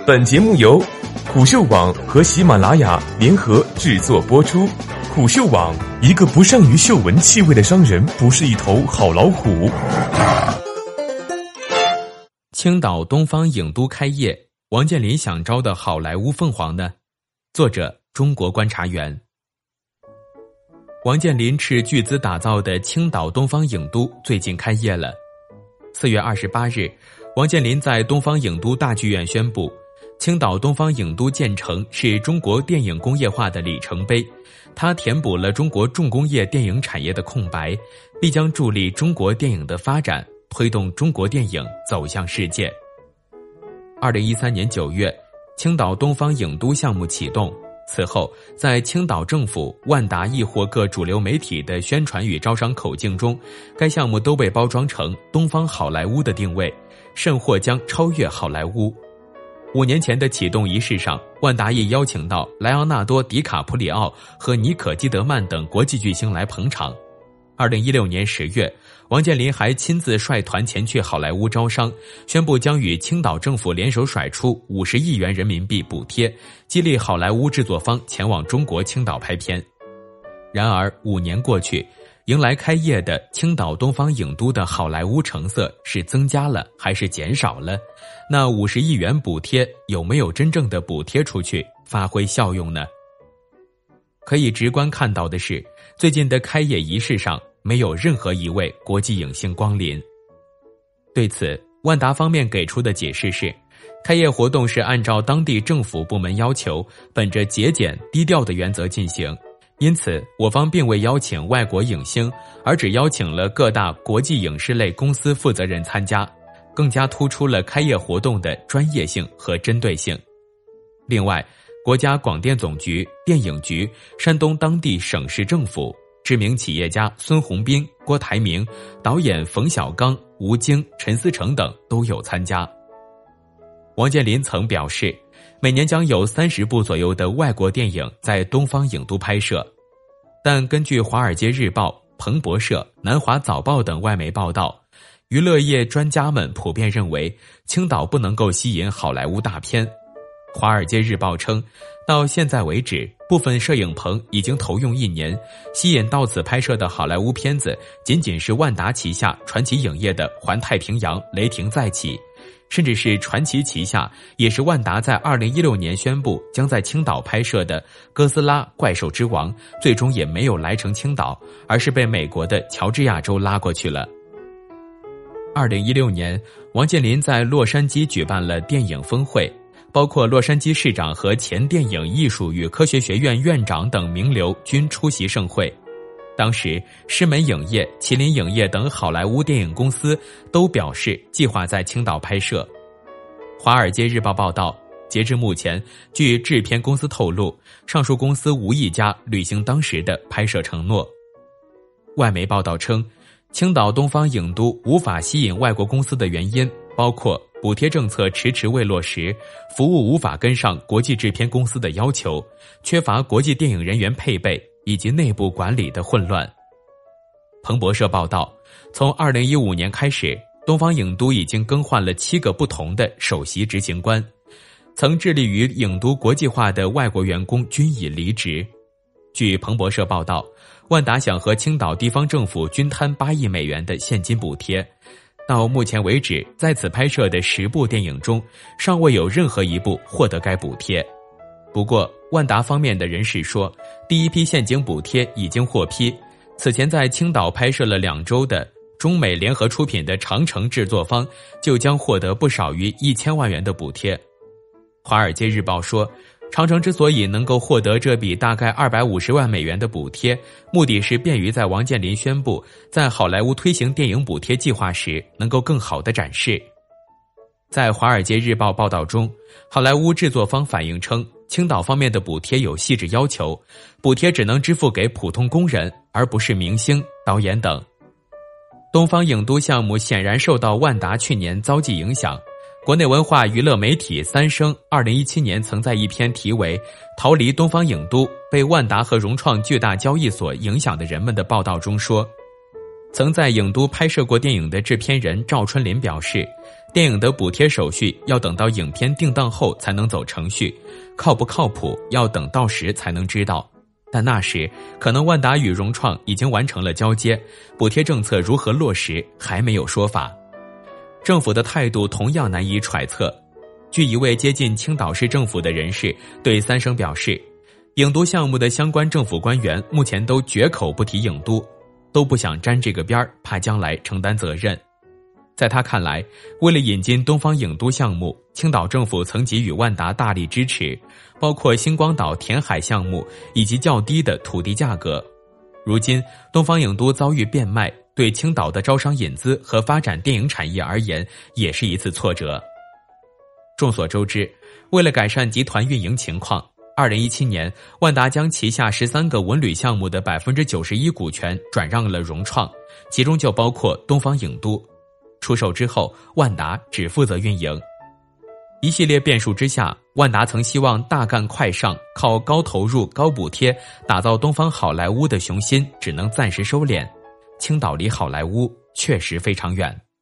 本节目由虎嗅网和喜马拉雅联合制作播出。虎嗅网：一个不善于嗅闻气味的商人不是一头好老虎。 青岛东方影都开业，王健林想招的好莱坞凤凰呢？作者：中国观察员。王健林斥巨资打造的青岛东方影都最近开业了。4月28日，王健林在东方影都大剧院宣布，青岛东方影都建成是中国电影工业化的里程碑，它填补了中国重工业电影产业的空白，必将助力中国电影的发展，推动中国电影走向世界。2013年9月，青岛东方影都项目启动，此后在青岛政府、万达亦或各主流媒体的宣传与招商口径中，该项目都被包装成东方好莱坞的定位，甚或将超越好莱坞。5年前的启动仪式上，万达亦邀请到莱昂纳多·迪卡普里奥和妮可·基德曼等国际巨星来捧场。2016年10月，王健林还亲自率团前去好莱坞招商，宣布将与青岛政府联手甩出50亿元人民币补贴，激励好莱坞制作方前往中国青岛拍片。然而5年过去，迎来开业的青岛东方影都的好莱坞成色是增加了还是减少了？那50亿元补贴有没有真正的补贴出去，发挥效用呢？可以直观看到的是，最近的开业仪式上没有任何一位国际影星光临。对此，万达方面给出的解释是，开业活动是按照当地政府部门要求，本着节俭低调的原则进行，因此我方并未邀请外国影星，而只邀请了各大国际影视类公司负责人参加，更加突出了开业活动的专业性和针对性。另外，国家广电总局、电影局、山东当地省市政府、知名企业家孙宏斌、郭台铭、导演冯小刚、吴京、陈思诚等都有参加。王健林曾表示，每年将有30部左右的外国电影在东方影都拍摄，但根据《华尔街日报》、彭博社、南华早报等外媒报道，娱乐业专家们普遍认为青岛不能够吸引好莱坞大片。《华尔街日报》称，到现在为止，部分摄影棚已经投用1年，吸引到此拍摄的好莱坞片子仅仅是万达旗下传奇影业的《环太平洋》《雷霆再起》，甚至是传奇旗下也是万达在2016年宣布将在青岛拍摄的《哥斯拉：怪兽之王》，最终也没有来成青岛，而是被美国的乔治亚州拉过去了。2016年，王健林在洛杉矶举办了电影峰会，包括洛杉矶市长和前电影艺术与科学学院院长等名流均出席盛会。当时，狮门影业、麒麟影业等好莱坞电影公司都表示计划在青岛拍摄。华尔街日报报道，截至目前，据制片公司透露，上述公司无一家履行当时的拍摄承诺。外媒报道称，青岛东方影都无法吸引外国公司的原因包括补贴政策迟迟未落实，服务无法跟上国际制片公司的要求，缺乏国际电影人员配备，以及内部管理的混乱。彭博社报道，从2015年开始，东方影都已经更换了7个不同的首席执行官，曾致力于影都国际化的外国员工均已离职。据彭博社报道，万达想和青岛地方政府均摊8亿美元的现金补贴，到目前为止，在此拍摄的10部电影中，尚未有任何一部获得该补贴。不过，万达方面的人士说，第一批现金补贴已经获批。此前在青岛拍摄了2周的中美联合出品的长城制作方，就将获得不少于1000万元的补贴。华尔街日报说，长城之所以能够获得这笔大概250万美元的补贴，目的是便于在王健林宣布在好莱坞推行电影补贴计划时能够更好地展示。在《华尔街日报》报道中，好莱坞制作方反映称，青岛方面的补贴有细致要求，补贴只能支付给普通工人，而不是明星、导演等。东方影都项目显然受到万达去年遭际影响。国内文化娱乐媒体三生2017年曾在一篇题为《逃离东方影都，被万达和融创巨大交易所影响的人们》的报道中说，曾在影都拍摄过电影的制片人赵春林表示， 电影的补贴手续要等到影片定档后才能走程序，靠不靠谱要等到时才能知道。但那时可能万达与融创已经完成了交接，补贴政策如何落实还没有说法。政府的态度同样难以揣测。据一位接近青岛市政府的人士对三生表示，影都项目的相关政府官员目前都绝口不提影都，都不想沾这个边儿，怕将来承担责任。在他看来，为了引进东方影都项目，青岛政府曾给予万达大力支持，包括星光岛填海项目以及较低的土地价格。如今东方影都遭遇变卖，对青岛的招商引资和发展电影产业而言也是一次挫折。众所周知，为了改善集团运营情况，2017年万达将旗下13个文旅项目的91%股权转让了融创，其中就包括东方影都。出售之后，万达只负责运营。一系列变数之下，万达曾希望大干快上，靠高投入高补贴打造东方好莱坞的雄心只能暂时收敛。青岛离好莱坞确实非常远。